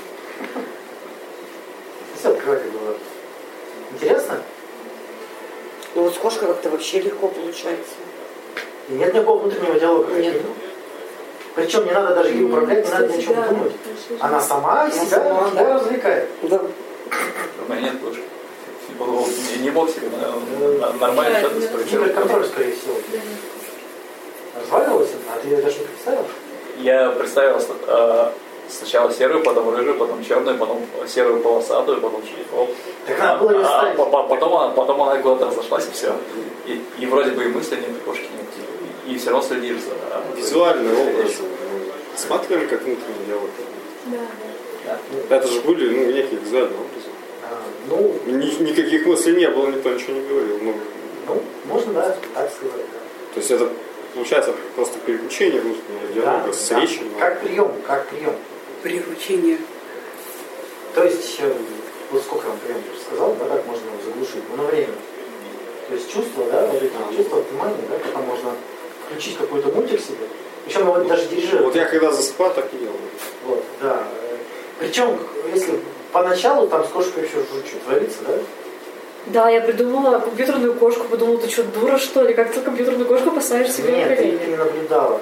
Все, открывайте глаза. Интересно? Ну вот с кошкой как-то вообще легко получается. И нет никакого внутреннего диалога. Нет. Причем не надо даже ей управлять, не надо ни о чем думать. Она сама себя развлекает. Да. У меня нет кошки. Не мог себе нормально что-то спроектировать. Гиперконтроль, скорее всего. Разваливалась? А ты ее даже не представил? Я представил сначала серую, потом рыжую, потом черную, потом серую полосатую, потом черепов. Так надо было ее ставить. Потом она куда-то разошлась и все. И вроде бы и мысли нет, и кошки нет. И все равно следишь за... Визуальный образ. Смотрим, как внутренний диалог. Да. Это же были, ну, некие визуальные образы. Ну, Никаких мыслей не было, никто ничего не говорил. ну, можно, да, так сказать. Да. То есть это получается просто переключение внутреннего диалога с речью. Как прием, как прием. Приручение. То есть, вот сколько я вам прием сказал, да, как можно его заглушить? Ну, на время. То есть чувство, да, вот эти чувства, внимания, да, как можно включить какой-то мультик себе. Причем его даже дирижировать. Вот я когда засыпал, так и делал. Вот, да. Причем, если поначалу там с кошкой еще что творится, да? Да, я придумала компьютерную кошку, подумала, ты что, дура что ли? Как ты компьютерную кошку поставишь себе на Нет, ты колени? не наблюдала.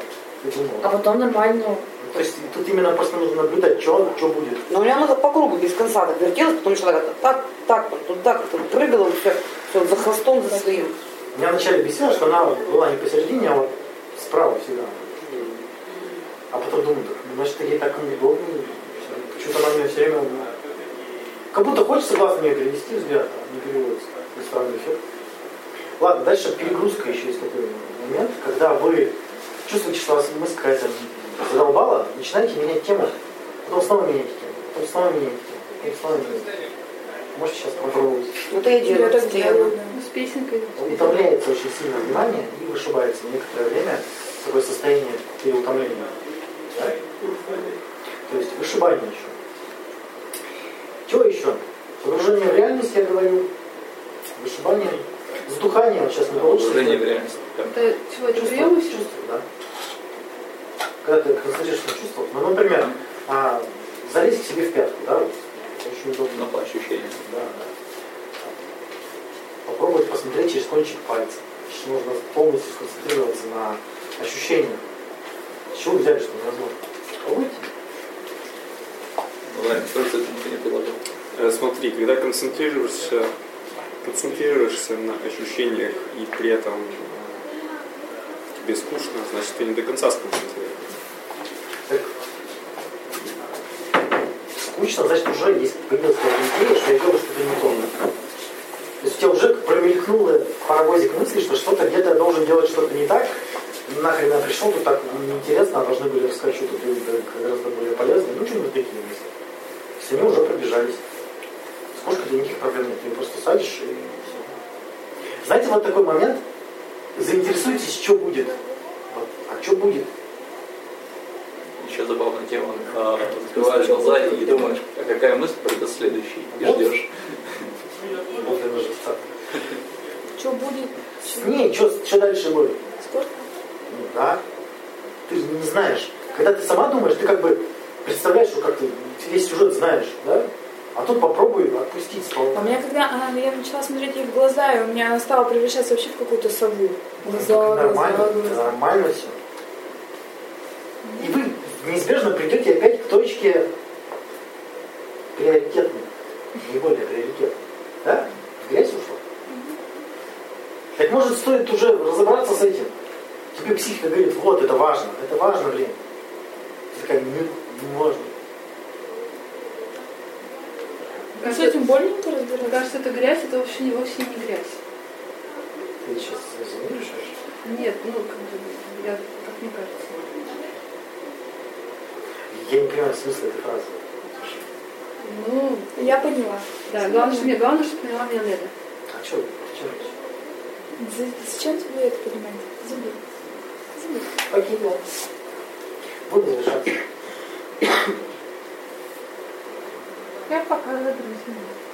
ты думала. А потом нормально. То есть тут именно просто нужно наблюдать, что будет. Но у меня оно по кругу без конца так вертелось, потому что так, туда как-то прыгала, все за хвостом, за своим. Меня вначале бесило, что она была не посередине, а вот справа всегда. А потом думаю, так, значит, ей так неудобно. Почему-то она меня все время... Как будто хочется глаз на нее перевести взгляд, а не переводится. Странный эффект. Ладно, дальше перегрузка еще есть такой момент, когда вы чувствуете, что вас мысль какая-то задолбала, начинаете менять тему, потом снова меняете тему, потом снова меняете тему, потом снова меняете тему. Можете сейчас попробовать. Это я делаю постоянно. С песенкой. Утомляется очень сильно внимание и вышибается на некоторое время такое состояние переутомления. Да? То есть вышибание еще. Чего еще? Погружение в реальность, я говорю. Вышибание. Затухание, вот сейчас не получится. Погружение в реальность. Это чего, это прием еще? Чувство, да. Когда ты концентрируешься на чувствах. Ну, например, залезть к себе в пятку, да, вот. Очень удобно. Ну, по ощущениям. Да. Попробовать посмотреть через кончик пальца. Нужно полностью сконцентрироваться на ощущениях. С чего взяли, что невозможно? Попробуйте. Ну, ладно, просто это никто не приложил. Смотри, когда концентрируешься на ощущениях и при этом тебе скучно, значит ты не до конца сконцентрирован. Так, скучно, значит уже есть появилась идея, что я делаю что-то не то. То есть у тебя уже промелькнула паровозик мысли, что что-то где-то я должен делать что-то не так. Нахрен я пришел, тут так неинтересно, а должны были рассказать что-то гораздо более полезное. Ну, что-нибудь такие мысли. С ними уже пробежались. С кошкой для никаких проблем нет. Ты ее просто садишь и все. Знаете, вот такой момент. Заинтересуйтесь, что будет. Вот. А что будет? Еще забавная тема. Закрываешь глаза и думаешь, а какая мысль придет следующей. И ждешь. Вот это же статус. Что будет? Не, что дальше будет? Сколько? Ну, да. Ты же не знаешь. Когда ты сама думаешь, ты как бы представляешь, что как ты весь сюжет знаешь, да? А тут попробуй отпустить стол. А у меня когда я начала смотреть ей в глаза, и у меня она стала превращаться вообще в какую-то сову. Глаза, нормально, глаза. нормально все. И вы неизбежно придете опять к точке приоритетной, наиболее приоритетной. Да? В грязь ушел. Так может стоит уже разобраться с этим. Тебе психика говорит, вот это важно, блин. Ты такая, не важно. С этим больненько разбираться. Кажется, это грязь, это вовсе не грязь. Ты сейчас разумеешь? Нет, ну, как мне кажется. Я не понимаю смысла этой фразы. Ну, я поняла. Да, главное, что поняла меня Лена. А что? Зачем тебе это понимать? Забудь. Окей, да. Буду завершаться. Я пока заберусь.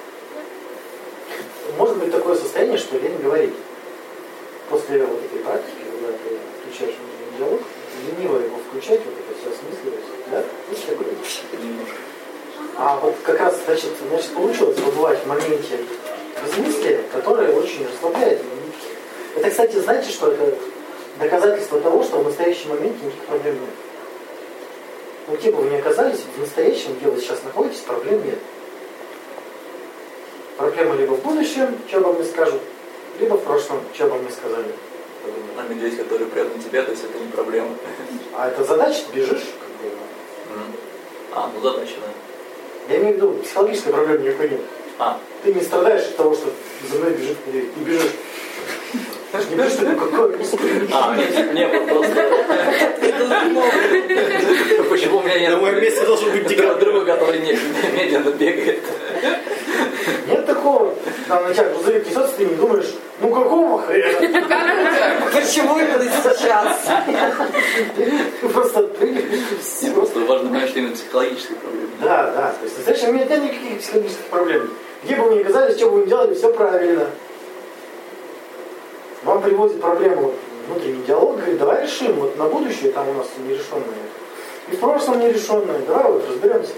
Может быть такое состояние, что лень говорить. После вот этой практики, когда ты включаешь внутренний диалог, лениво его включать, вот это все осмысливать, да? Есть такое? Немножко. А вот как раз, значит получилось побывать в моменте безмыслия, которое очень расслабляет. Это, кстати, знаете, что это доказательство того, что в настоящем моменте никаких проблем нет. Ну, где бы вы ни оказались, в настоящем, где вы сейчас находитесь, проблем нет. Проблема либо в будущем, что обо мне скажут, либо в прошлом, что обо мне сказали. А медведь, который прет на тебя, то есть это не проблема. А это задача, ты бежишь, как бы. Ну задача, да. Я имею в виду, психологической проблемы никакой нет. Ты не страдаешь от того, что за мной бежит медведь. Ты бежишь. Не бежишь, ты какой? Не, просто... Почему у меня нет... На моем месте должен быть друга, который медленно бегает. Нет такого. Там на тебя грузовик несется, ты не думаешь, ну какого хрена? Почему именно сейчас? Просто отпрыгиваешь. Просто важно понять, что именно психологические проблемы. Да. То есть в настоящий момент нет никаких психологических проблем. Где бы вы ни оказались, что бы вы ни делали, все правильно. Вам приводит проблему внутренний диалог, говорит, давай решим, вот на будущее там у нас нерешенное. И в прошлом нерешенное. Давай вот разберемся.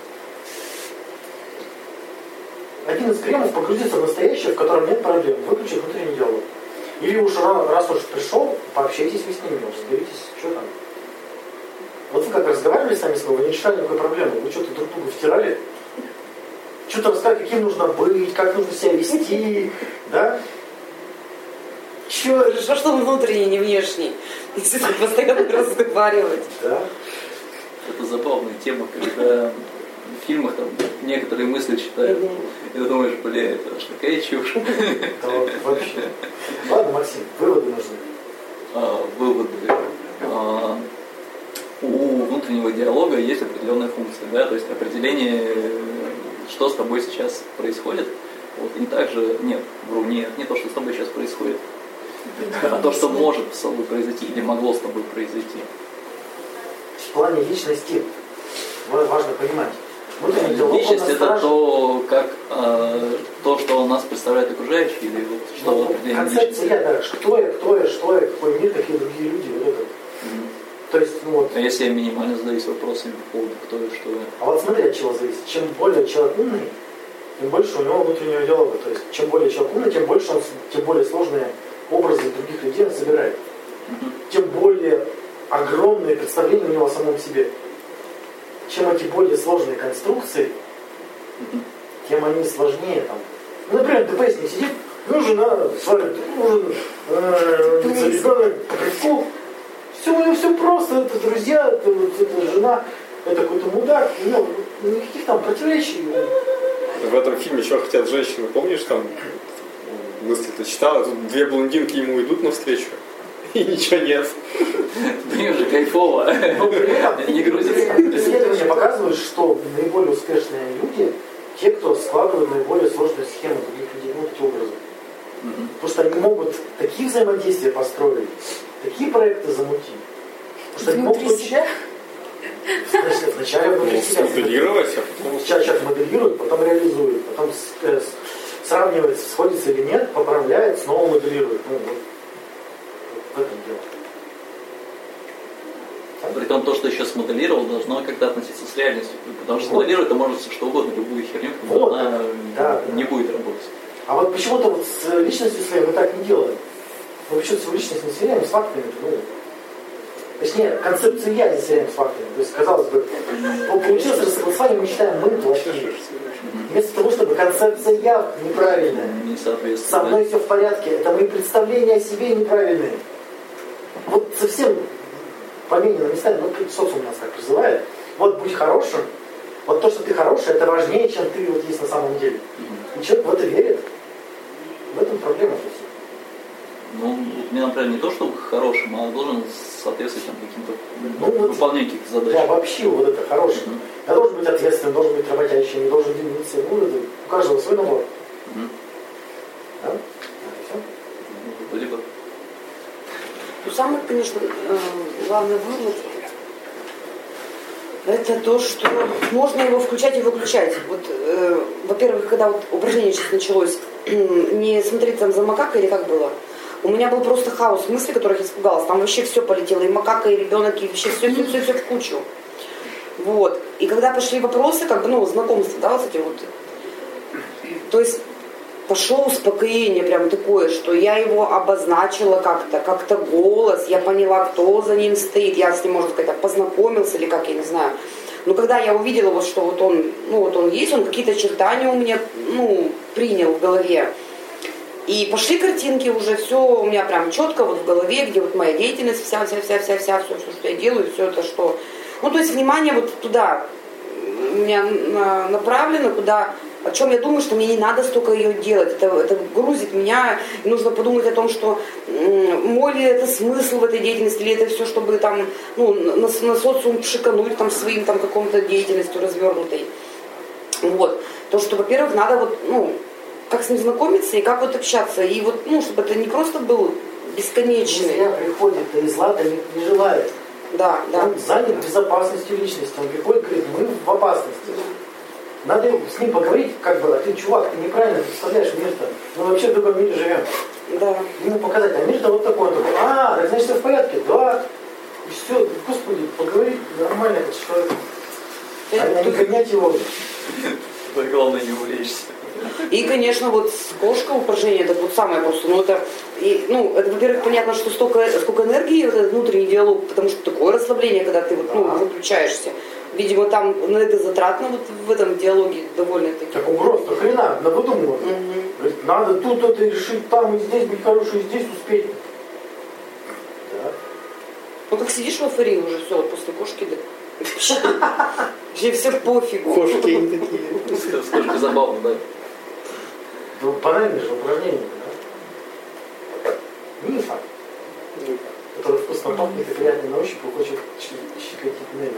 Один из приемов погрузиться в настоящее, в котором нет проблем. Выключи внутренний диалог. Или уж раз уж пришел, пообщайтесь вы с ними, разберитесь, что там. Вот вы как разговаривали сами с собой, вы не решали никакой проблемы. Вы что-то друг другу втирали. Что-то рассказали, каким нужно быть, как нужно себя вести, да? Хорошо, что он внутренний, не внешний. Если ты постоянно разговаривать. Да. Это забавная тема, когда в фильмах там некоторые мысли читают, и ты думаешь, бля, это аж такая чушь. Это вот вообще. Ладно, Максим, выводы нужны. Выводы. У внутреннего диалога есть определенная функция, да, то есть определение, что с тобой сейчас происходит. Вот, и также, нет, не то, что с тобой сейчас происходит, а то, что может с тобой произойти или могло с тобой произойти. В плане личности важно понимать. Внутренний диалог, личность это то, что нас представляет окружающие, или вот, что ну, определение концепция личности. я, да, кто я, какой мир, какие другие люди, вот это. То есть, ну вот. А если я минимально задаюсь вопросами по поводу кто я, что я? А вот смотри, от чего зависит. Чем более человек умный, тем больше у него внутреннего диалога. То есть, чем более человек умный, тем больше тем более сложные образы других людей он собирает. Тем более огромные представления у него о самом себе. Чем эти более сложные конструкции, тем они сложнее там. Ну, например, ДПС не сидит, жена сварит ужин, ребенок по крючку. Все у него все просто, это друзья, это жена, это какой-то мудак, никаких там противоречий. В этом фильме еще хотят женщины, помнишь, там мысли-то читала, тут две блондинки ему идут навстречу, и ничего нет. Им же кайфово. Не грузятся. Исследования показывают, что наиболее успешные люди, те, кто складывают наиболее сложную схему других людей, эти образы. Потому что они могут такие взаимодействия построить, такие проекты замутить. Потому что внутри себя? Вначале внутри себя. Моделировать, а потом... Человек моделирует, потом реализует, потом сравнивает, сходится или нет, поправляет, снова моделирует. Ну, вот в этом дело. Притом то, что еще смоделировал, должно как-то относиться с реальностью. Потому что смоделировать это может что угодно, любую херню, вот, она да, не будет работать. А вот почему-то вот с личностью своей мы так не делаем. Мы почему-то свою личность не сверяем с фактами. Точнее, концепцию я не сверяем с фактами. То есть, казалось бы, получилось рассогласование, мы считаем, мы плохие. Вместо того, чтобы концепция я неправильная. Не соответствует. Со мной все в порядке. Это мои представления о себе неправильные. Вот совсем поменяно местами, социум нас так призывает. Вот будь хорошим. Вот то, что ты хороший, это важнее, чем ты вот есть на самом деле. И человек в это верит. В этом проблема. Ну, мне, например, не то, чтобы хорошим, а должен соответствовать каким-то выполнению каких-то задач. Я вообще вот это хороший. Я должен быть ответственным, должен быть работящим, не должен делиться. У каждого свой набор. Да? Это Либо. Самый, конечно, главный вывод это то, что можно его включать и выключать. Вот, во-первых, когда вот упражнение сейчас началось, не смотреть там за макакой или как было. У меня был просто хаос мыслей, которых я испугалась. Там вообще все полетело, и макака, и ребенок, и вообще все в кучу. Вот. И когда пошли вопросы, знакомство, да, вот этим вот. То есть пошло успокоение прям такое, что я его обозначила как-то голос, я поняла, кто за ним стоит, я с ним, можно сказать, познакомился или как, я не знаю. Но когда я увидела, вот, что вот он есть, он какие-то очертания у меня, принял в голове. И пошли картинки уже, все у меня прям четко вот в голове, где вот моя деятельность, вся, все, что я делаю, все это что. То есть внимание вот туда у меня направлено, куда, о чем я думаю, что мне не надо столько ее делать. Это грузит меня, и нужно подумать о том, что мой ли это смысл в этой деятельности, или это все, чтобы там, на социум пшикануть там своим там каком-то деятельностью развернутой. Вот. То, что, во-первых, надо как с ним знакомиться и как вот общаться. И вот, чтобы это не просто был бесконечный. Зря приходит, и зла-то не желает. Да. Он занят безопасностью личности. Он приходит и говорит, мы в опасности. Надо с ним поговорить, а ты, чувак, ты неправильно представляешь мир-то. Мы вообще в другом мире живем. Да. Ему показать, а мир-то вот такой. Он такой, так значит все в порядке? Да. И все, Господи, поговорить нормально, как человек. А не гонять его. Главное не увлечься. И, конечно, вот с кошкой упражнение, это вот самое просто, это, во-первых, понятно, что сколько энергии, вот этот внутренний диалог, потому что такое расслабление, когда ты выключаешься. Видимо, там энергозатратно вот в этом диалоге довольно-таки. Так угроз-то хрена, на выдумывать. Говорит, надо тут это решить, там и здесь быть хорошим, и здесь успеть. Да. Ну, как сидишь в эйфории уже, все, вот после кошки, да. Вообще все пофигу. Кошки не такие. Сколько забавно, да? Ну, банальное же упражнение, да? Мифа. Который вкусно пахнет и приятно на ощупь, и хочет щекотить нервы.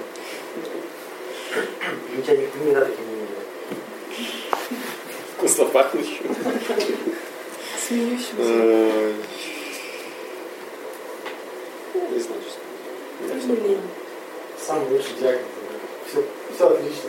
И тебя никто никогда таким не видел. Вкусно пахнущим. Смеющимся. Не знаю, что. Самый лучший диагноз. Все отлично.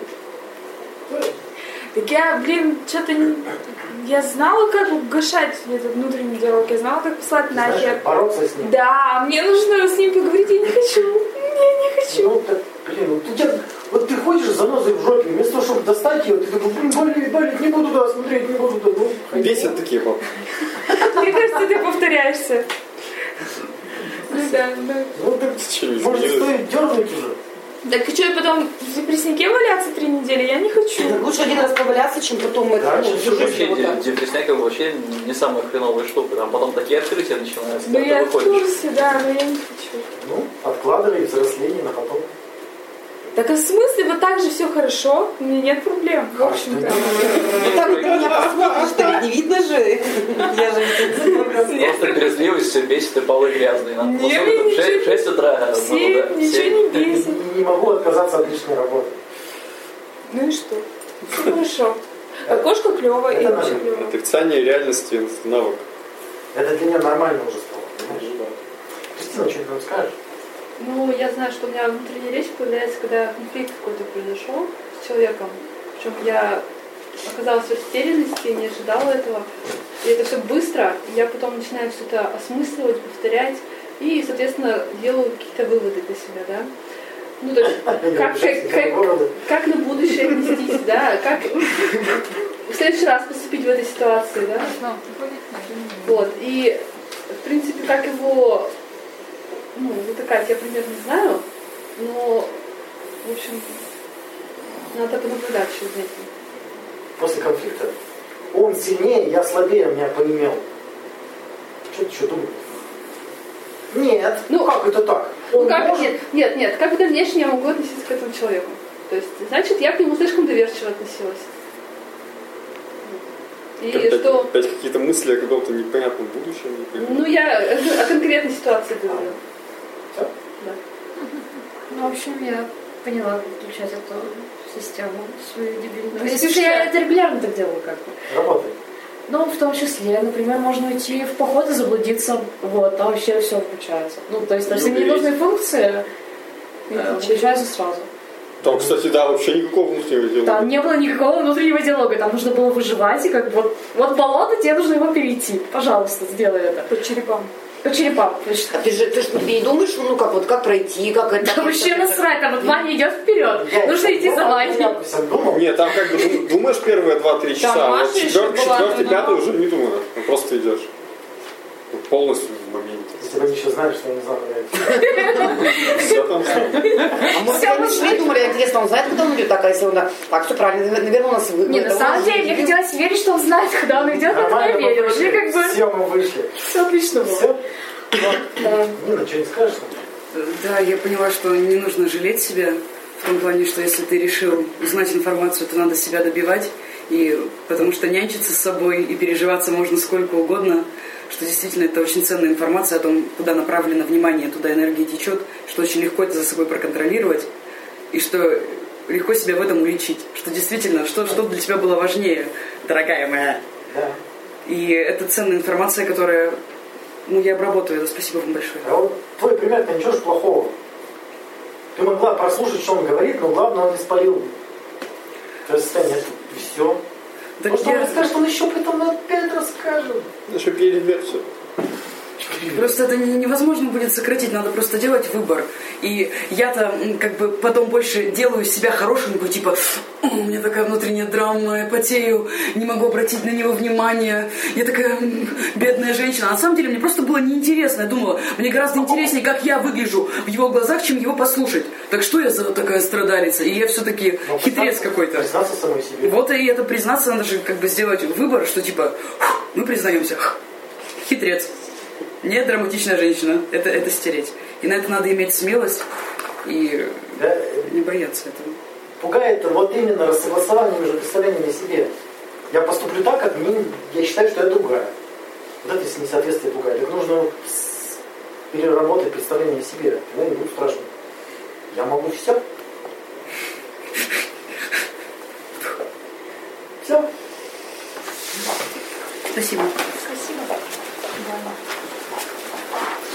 Так я, что-то не... Я знала, как угашать этот внутренний диалог, я знала, как послать нахер. Знаешь, бороться с ним. Да, мне нужно с ним поговорить, я не хочу. Я не хочу. Ну, так, вот ты ходишь с занозой в жопе, вместо того, чтобы достать ее, ты такой, болит, не буду туда смотреть, не буду туда. Бесят такие папы. Мне кажется, ты повторяешься. Ну да. Ну, так, может, стоит дернуть уже. Так что, я потом в депрессняке валяться 3 недели? Я не хочу. Так лучше один раз поваляться, чем потом это. Вообще, депрессняк вообще не самая хреновая штука. Там потом такие открытия начинаются. Да я в курсе, да, но я не хочу. Ну, откладывай взросление на потом. Так а в смысле, вот так же все хорошо? У меня нет проблем, в общем-то. Так ты меня посмотришь, что ведь не видно же. Я же просто грязливость, все бесит и полы грязные. Нет, в 6 утра. Ничего не бесит. Не могу отказаться от лишней работы. Ну и что? Все хорошо. А кошка клевая и вообще клевая. Отрицание реальности навык. Это для меня нормально уже стало, понимаешь? Кристина, что-нибудь нам скажешь? Ну, я знаю, что у меня внутренняя речь появляется, когда конфликт какой-то произошел с человеком. Причем я оказалась в растерянности, не ожидала этого. И это все быстро. И я потом начинаю все это осмысливать, повторять. И, соответственно, делаю какие-то выводы для себя, да. Ну, то есть, как на будущее отнестись, да, как в следующий раз поступить в этой ситуации, да. Вот. И, в принципе, как его... вытыкать я примерно знаю, но, в общем, надо понаблюдать еще за этим. После конфликта он сильнее, я слабее, меня поимел. Что ты еще думаешь? Нет, как это так? Нет, как в дальнейшем я могу относиться к этому человеку? То есть, значит, я к нему слишком доверчиво относилась. И опять какие-то мысли о каком-то непонятном будущем. Я о конкретной ситуации говорю. Да. Ну, в общем, я поняла, как включать эту систему свою дебильную. Если я это регулярно так делаю, как бы. Работает. Ну, в том числе, например, можно уйти в поход и заблудиться, вот, там вообще все включается. Ну, то есть, все ненужные функции включаются сразу. Там, кстати, да, вообще никакого внутреннего диалога. Там не было никакого внутреннего диалога, там нужно было выживать, и как бы вот болото, тебе нужно его перейти. Пожалуйста, сделай это. По черепам. По черепам. А ты же не думаешь, как пройти, как это... Да вообще насрать, там вот Ваня идет вперед. Нужно идти за Ваней. Нет, там как бы думаешь первые 2-3 часа, а вот 4-5 уже не думаю. Просто идешь. Полностью в моменте. Если бы они еще знали, что я не знаю, все там А может, они шли, думали, интересно, он знает, куда он идет, так, а если он... Так, все правильно, наверное, у нас... Не, на самом деле, мне хотелось верить, что он знает, куда он идет, поэтому я верила. Мне как бы... Все, мы вышли. Все отлично было. Все? Нина, что-нибудь скажешь? Да, я поняла, что не нужно жалеть себя, в том плане, что если ты решил узнать информацию, то надо себя добивать, и потому что нянчиться с собой и переживаться можно сколько угодно, что действительно это очень ценная информация о том, куда направлено внимание, туда энергия течет, что очень легко это за собой проконтролировать, и что легко себя в этом уличить, что действительно, что для тебя было важнее, дорогая моя. Да. И это ценная информация, которая, я обработаю это, спасибо вам большое. А вот твой пример-то ничего ж плохого. Ты могла прослушать, что он говорит, но главное, он не спалил твое состояние, и все. Так может, он расскажет, он еще потом опять расскажет. Еще перебьет все. Просто это невозможно будет сократить, надо просто делать выбор. И я-то как бы потом больше делаю себя хорошенькую, типа, у меня такая внутренняя драма, я потею, не могу обратить на него внимание, я такая бедная женщина. А на самом деле мне просто было неинтересно, я думала, мне гораздо интереснее, как я выгляжу в его глазах, чем его послушать. Так что я за такая страдалица? И я все-таки хитрец какой-то. Признаться самой себе. Вот и это признаться, надо же как бы сделать выбор, что типа, мы признаемся, хитрец. Не драматичная женщина, это стереть. И на это надо иметь смелость и не бояться этого. Пугает вот именно рассогласование между представлениями о себе. Я поступлю так, как я считаю, что я другая. Вот это если несоответствие пугает. Так нужно переработать представление о себе. Тогда не будет страшно. Я могу все. Все. Спасибо.